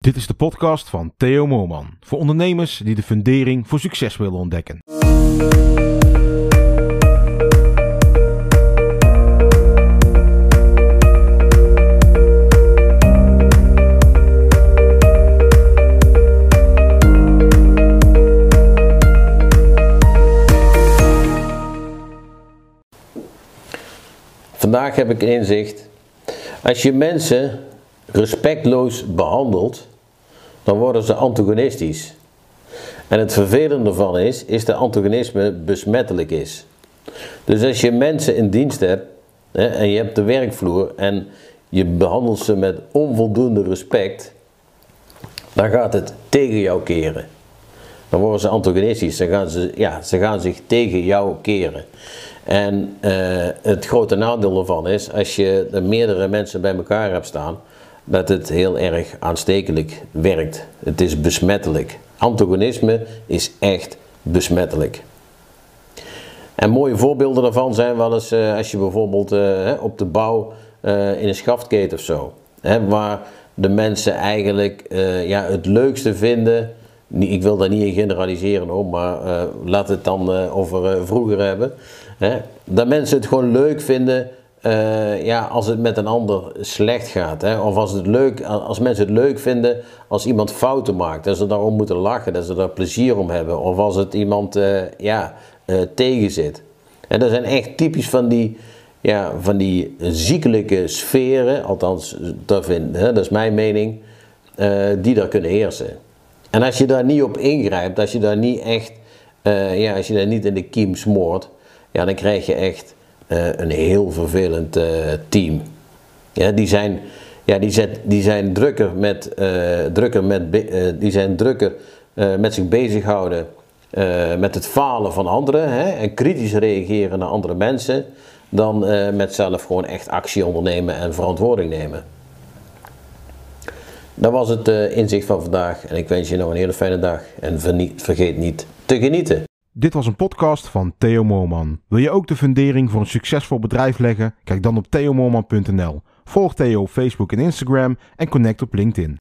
Dit is de podcast van Theo Moorman. Voor ondernemers die de fundering voor succes willen ontdekken. Vandaag heb ik een inzicht. Als je mensen respectloos behandelt, dan worden ze antagonistisch. En het vervelende ervan is dat antagonisme besmettelijk is. Dus als je mensen in dienst hebt en je hebt de werkvloer en je behandelt ze met onvoldoende respect, dan gaat het tegen jou keren. Dan worden ze antagonistisch, ze gaan zich tegen jou keren. En het grote nadeel ervan is, als je meerdere mensen bij elkaar hebt staan, dat het heel erg aanstekelijk werkt. Het is besmettelijk. Antagonisme is echt besmettelijk. En mooie voorbeelden daarvan zijn wel eens als je bijvoorbeeld op de bouw in een schaftketen of zo, waar de mensen eigenlijk het leukste vinden. Ik wil daar niet in generaliseren hoor, maar laat het dan over vroeger hebben. Dat mensen het gewoon leuk vinden als het met een ander slecht gaat. Of als mensen het leuk vinden als iemand fouten maakt. Dat ze daarom moeten lachen, dat ze daar plezier om hebben. Of als het iemand tegen zit. En dat zijn echt typisch van die ziekelijke sferen, althans dat is mijn mening, die daar kunnen heersen. En als je daar niet op ingrijpt, als je daar niet echt, als je daar niet in de kiem smoort, dan krijg je echt een heel vervelend team. Ja, die zijn drukker met zich bezighouden met het falen van anderen en kritisch reageren naar andere mensen, dan met zelf gewoon echt actie ondernemen en verantwoording nemen. Dat was het inzicht van vandaag en ik wens je nog een hele fijne dag en vergeet niet te genieten. Dit was een podcast van Theo Moorman. Wil je ook de fundering voor een succesvol bedrijf leggen? Kijk dan op theomoorman.nl. Volg Theo op Facebook en Instagram en connect op LinkedIn.